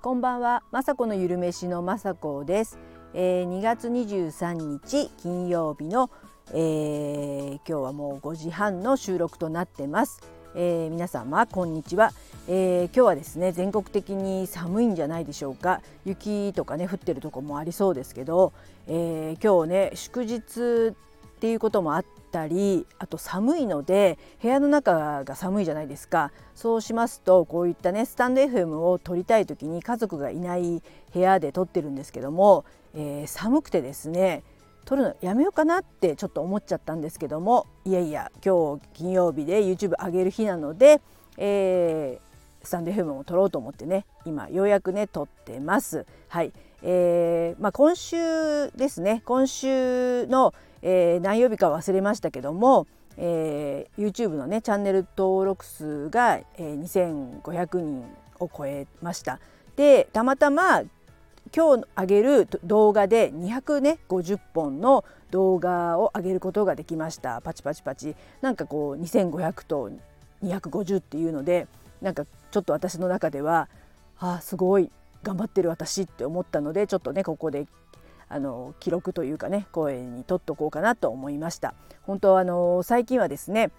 こんばんは、まさこのゆるめしのまさこです。2月23日金曜日の、今日はもう5時半の収録となってます。皆様こんにちは。今日はですね、全国的に寒いんじゃないでしょうか。雪とかね降ってるとこもありそうですけど、今日ね祝日っていうこともあったり、あと寒いので部屋の中が寒いじゃないですか。そうしますとこういったねスタンド FM を撮りたい時に家族がいない部屋で撮ってるんですけども、寒くてですね撮るのやめようかなってちょっと思っちゃったんですけども、いやいや今日金曜日で YouTube 上げる日なので、スタンド FM を撮ろうと思ってね今ようやくね撮ってます。はい、今週ですね、今週の何曜日か忘れましたけども、YouTube のねチャンネル登録数が、2500人を超えました。でたまたま今日上げる動画で250本の動画を上げることができました。パチパチパチなんかこう2500と250っていうので、なんかちょっと私の中ではすごい頑張ってる私って思ったので、ちょっとねここで記録というかね声に取っとこうかなと思いました。本当最近はですね、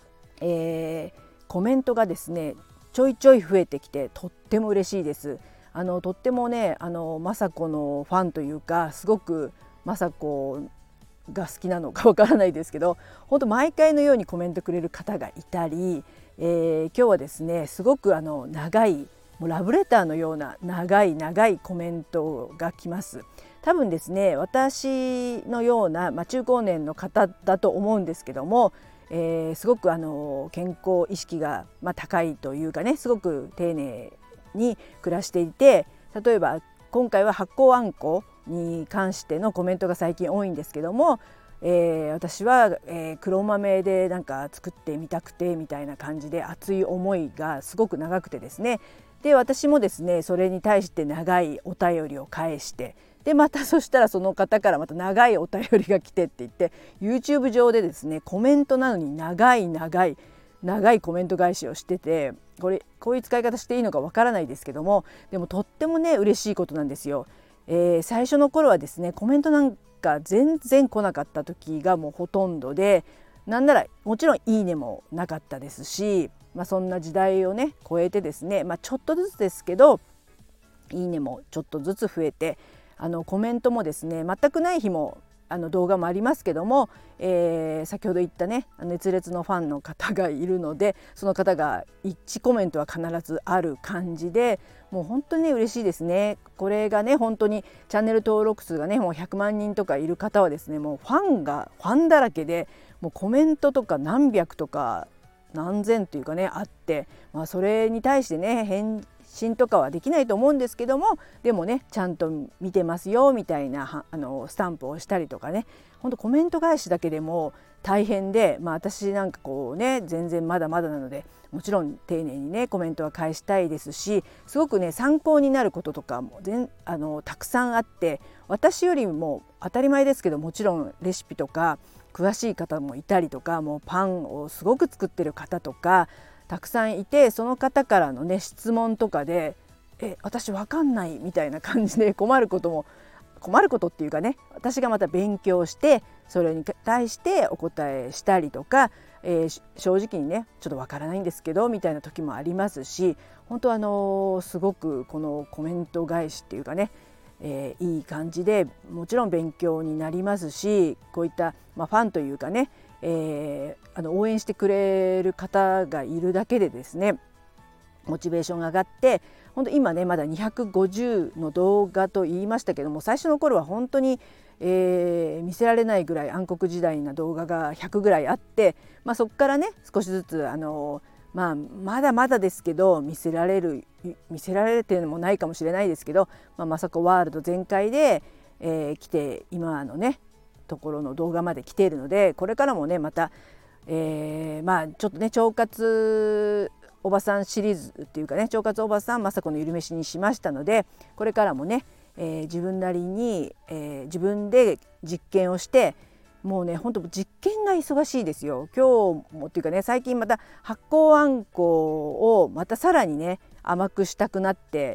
コメントがですねちょいちょい増えてきてとっても嬉しいです。とってもね雅子のファンというか、すごく雅子が好きなのかわからないですけど、本当毎回のようにコメントくれる方がいたり、今日はですねすごく長いもうラブレターのような長いコメントが来ます。多分ですね私のような、中高年の方だと思うんですけども、すごく健康意識が、高いというかね、すごく丁寧に暮らしていて、例えば今回は発酵あんこに関してのコメントが最近多いんですけども、私は、黒豆でなんか作ってみたくてみたいな感じで熱い思いがすごく長くてですね、で私もですねそれに対して長いお便りを返して、でまたそしたらその方からまた長いお便りが来てって言って YouTube 上でですねコメントなのに長いコメント返しをしてて、こういう使い方していいのかわからないですけども、でもとってもね嬉しいことなんですよ。最初の頃はですねコメントなんか全然来なかった時がもうほとんどで、なんならもちろんいいねもなかったですし、そんな時代をね超えてですね、ちょっとずつですけどいいねもちょっとずつ増えて、コメントもですね全くない日も動画もありますけども、先ほど言ったね熱烈のファンの方がいるので、その方が1コメントは必ずある感じで、もう本当にね嬉しいですね。これがね本当にチャンネル登録数がねもう100万人とかいる方はですね、もうファンだらけで、もうコメントとか何百とか何千というかねあって、それに対してね返信とかはできないと思うんですけども、でもねちゃんと見てますよみたいなスタンプをしたりとかね、ほんとコメント返しだけでも大変で、私なんかこうね全然まだまだなので、もちろん丁寧にねコメントは返したいですし、すごくね参考になることとかもたくさんあって、私よりも当たり前ですけどもちろんレシピとか詳しい方もいたりとか、もうパンをすごく作ってる方とかたくさんいて、その方からのね質問とかで私わかんないみたいな感じで困ることっていうかね、私がまた勉強してそれに対してお答えしたりとか、正直にねちょっとわからないんですけどみたいな時もありますし、本当すごくこのコメント返しっていうかね、いい感じでもちろん勉強になりますし、こういった、ファンというかね、応援してくれる方がいるだけでですねモチベーションが上がって、本当今ねまだ250の動画と言いましたけども、最初の頃は本当に、見せられないぐらい暗黒時代な動画が100ぐらいあって、そこからね少しずつまだまだですけど見せられてるのもないかもしれないですけど、雅子ワールド全開で、来て今のねところの動画まで来ているので、これからもねまた、ちょっとね腸活おばさんシリーズっていうかね、腸活おばさん雅子のゆるめしにしましたので、これからもね、自分なりに、自分で実験をして、 もうねほんと実験が忙しいですよ。今日もっていうかね、最近また発酵あんこをまたさらにね甘くしたくなって、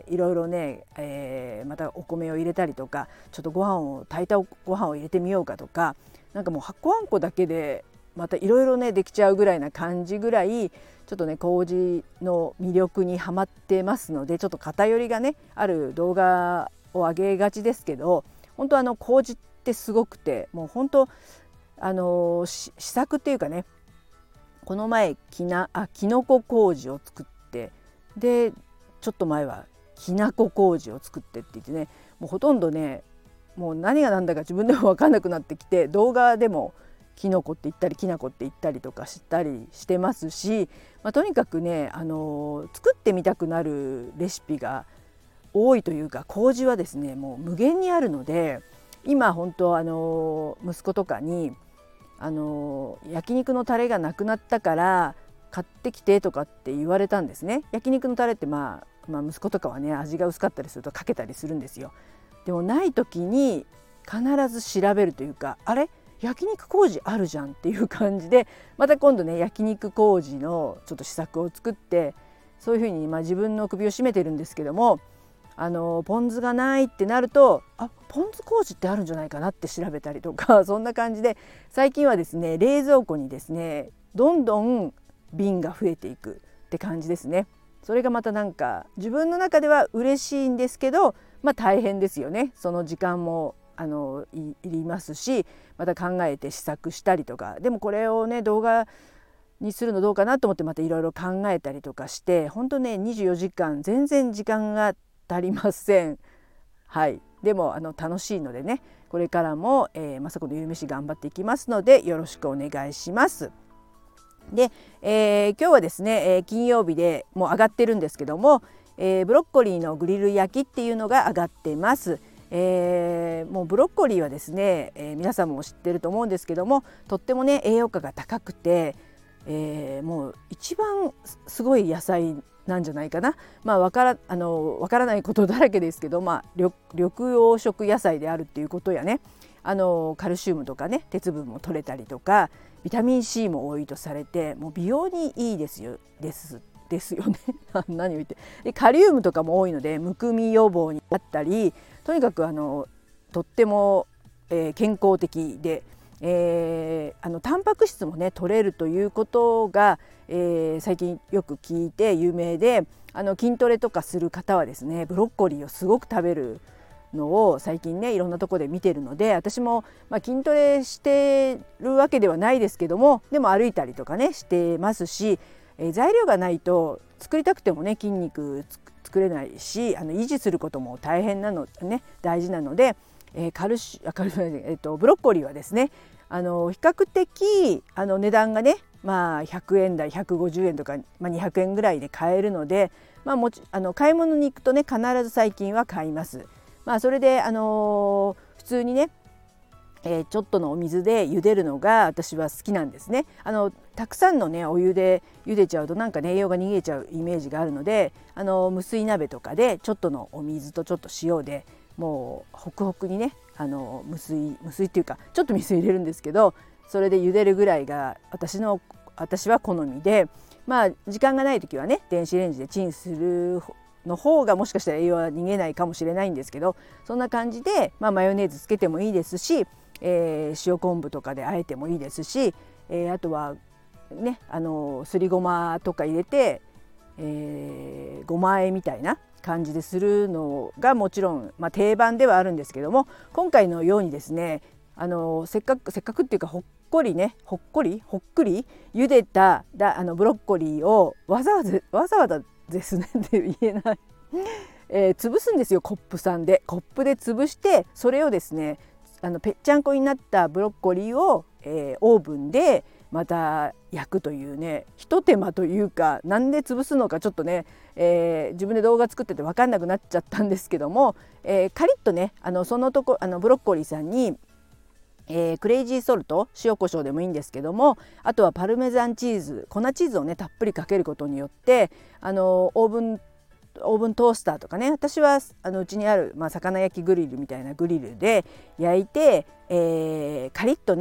いろいろね、またお米を入れたりとか、ちょっと炊いたご飯を入れてみようかとか、なんかもう発酵あんこだけでまたいろいろねできちゃうぐらいな感じぐらい、ちょっとね麹の魅力にはまってますので、ちょっと偏りがねある動画を上げがちですけど、本当麹ってすごくて、もう本当試作っていうかね、この前きのこ麹を作って、でちょっと前はきなこ麹を作ってって言ってね、もうほとんどねもう何が何だか自分でも分かんなくなってきて、動画でもきのこって言ったりきなこって言ったりとかしたりしてますし、とにかくね、作ってみたくなるレシピが多いというか、麹はですねもう無限にあるので、今本当息子とかに焼肉のタレがなくなったから買ってきてとかって言われたんですね。焼肉のタレって息子とかはね味が薄かったりするとかけたりするんですよ。でもない時に必ず調べるというか、あれ焼肉麹あるじゃんっていう感じで、また今度ね焼肉麹のちょっと試作を作って、そういうふうに自分の首を絞めてるんですけども、ポン酢がないってなると、ポン酢麹ってあるんじゃないかなって調べたりとか、そんな感じで最近はですね冷蔵庫にですねどんどん瓶が増えていくって感じですね。それがまたなんか自分の中では嬉しいんですけど、大変ですよね。その時間もいりますし、また考えて試作したりとか、でもこれをね動画にするのどうかなと思って、またいろいろ考えたりとかして、本当ね24時間全然時間が足りません。はい、でも楽しいのでね、これからも、雅子のゆるめし頑張っていきますのでよろしくお願いします。で、今日はですね、金曜日でもう上がってるんですけども、ブロッコリーのグリル焼きっていうのが上がってます。もうブロッコリーはですね、皆さんも知ってると思うんですけども、とってもね栄養価が高くて、もう一番すごい野菜なんじゃないかな。わからないことだらけですけど、緑黄色野菜であるっていうことやね、カルシウムとかね鉄分も取れたりとか、ビタミン C も多いとされて、もう美容にいいですよね何を言ってで、カリウムとかも多いのでむくみ予防になったり、とにかくとっても、健康的で、タンパク質もね取れるということが、最近よく聞いて有名で、筋トレとかする方はですねブロッコリーをすごく食べるのを最近ねいろんなところで見てるので、私も、筋トレしてるわけではないですけども、でも歩いたりとかねしてますし、材料がないと作りたくてもね筋肉作れないし、維持することも大変なのね大事なので、ブロッコリーはですね比較的値段がね、100円台150円とか、200円ぐらいで買えるので、買い物に行くとね必ず最近は買います。それで普通にねちょっとのお水で茹でるのが私は好きなんですね。たくさんのねお湯で茹でちゃうとなんかね栄養が逃げちゃうイメージがあるので、無水鍋とかでちょっとのお水とちょっと塩でもうホクホクにね無水っていうかちょっと水入れるんですけど、それで茹でるぐらいが私は好みで、時間がない時はね電子レンジでチンするの方がもしかしたら栄養は逃げないかもしれないんですけど、そんな感じで、マヨネーズつけてもいいですし、塩昆布とかで和えてもいいですし、あとはねすりごまとか入れて、ごま和えみたいな感じでするのがもちろん、定番ではあるんですけども、今回のようにですねせっかくっていうかほっくり茹でたブロッコリーをわざわざですねって言えない潰すんですよ。コップで潰して、それをですねぺっちゃんこになったブロッコリーを、オーブンでまた焼くというね、ひと手間というか、なんで潰すのかちょっとね、自分で動画作ってて分かんなくなっちゃったんですけども、カリッとねブロッコリーさんにクレイジーソルト、塩コショウでもいいんですけども、あとはパルメザンチーズ、粉チーズをねたっぷりかけることによって、オーブントースターとかね、私はうちにある、魚焼きグリルみたいなグリルで焼いて、カリッとね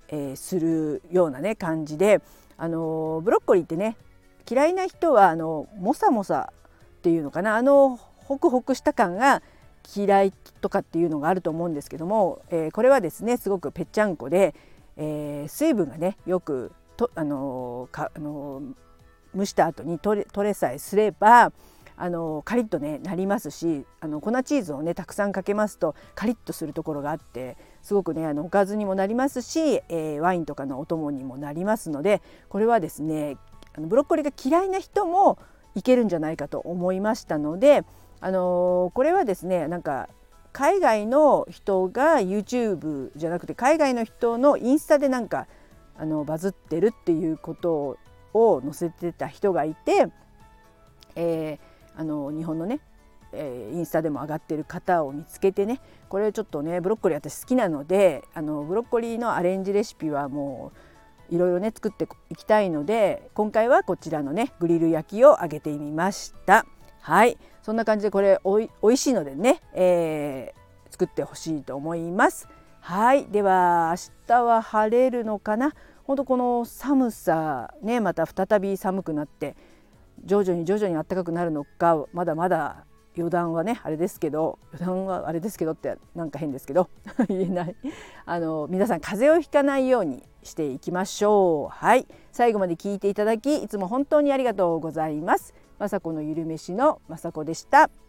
するようなね感じで、ブロッコリーってね嫌いな人はモサモサっていうのかな、ホクホクした感が嫌いとかっていうのがあると思うんですけども、これはですねすごくぺっちゃんこで、水分がねよくと蒸した後に取れさえすればカリッとねなりますし、粉チーズをねたくさんかけますとカリッとするところがあってすごくねおかずにもなりますし、ワインとかのお供にもなりますので、これはですねブロッコリーが嫌いな人もいけるんじゃないかと思いましたので、これはですねなんか海外の人が YouTube じゃなくて海外の人のインスタでなんかバズってるっていうことを載せてた人がいて、日本のね、インスタでも上がってる方を見つけてね、これちょっとねブロッコリー私好きなのでブロッコリーのアレンジレシピはもういろいろね作っていきたいので、今回はこちらのねグリル焼きを揚げてみました。はい、そんな感じでこれおいしいのでね、作ってほしいと思います。はい、では明日は晴れるのかな。本当この寒さねまた再び寒くなって徐々に暖かくなるのか、まだまだ予断はねあれですけどってなんか変ですけど言えない皆さん風邪をひかないようにしていきましょう。はい、最後まで聞いていただきいつも本当にありがとうございます。まさこのゆるめしのまさこでした。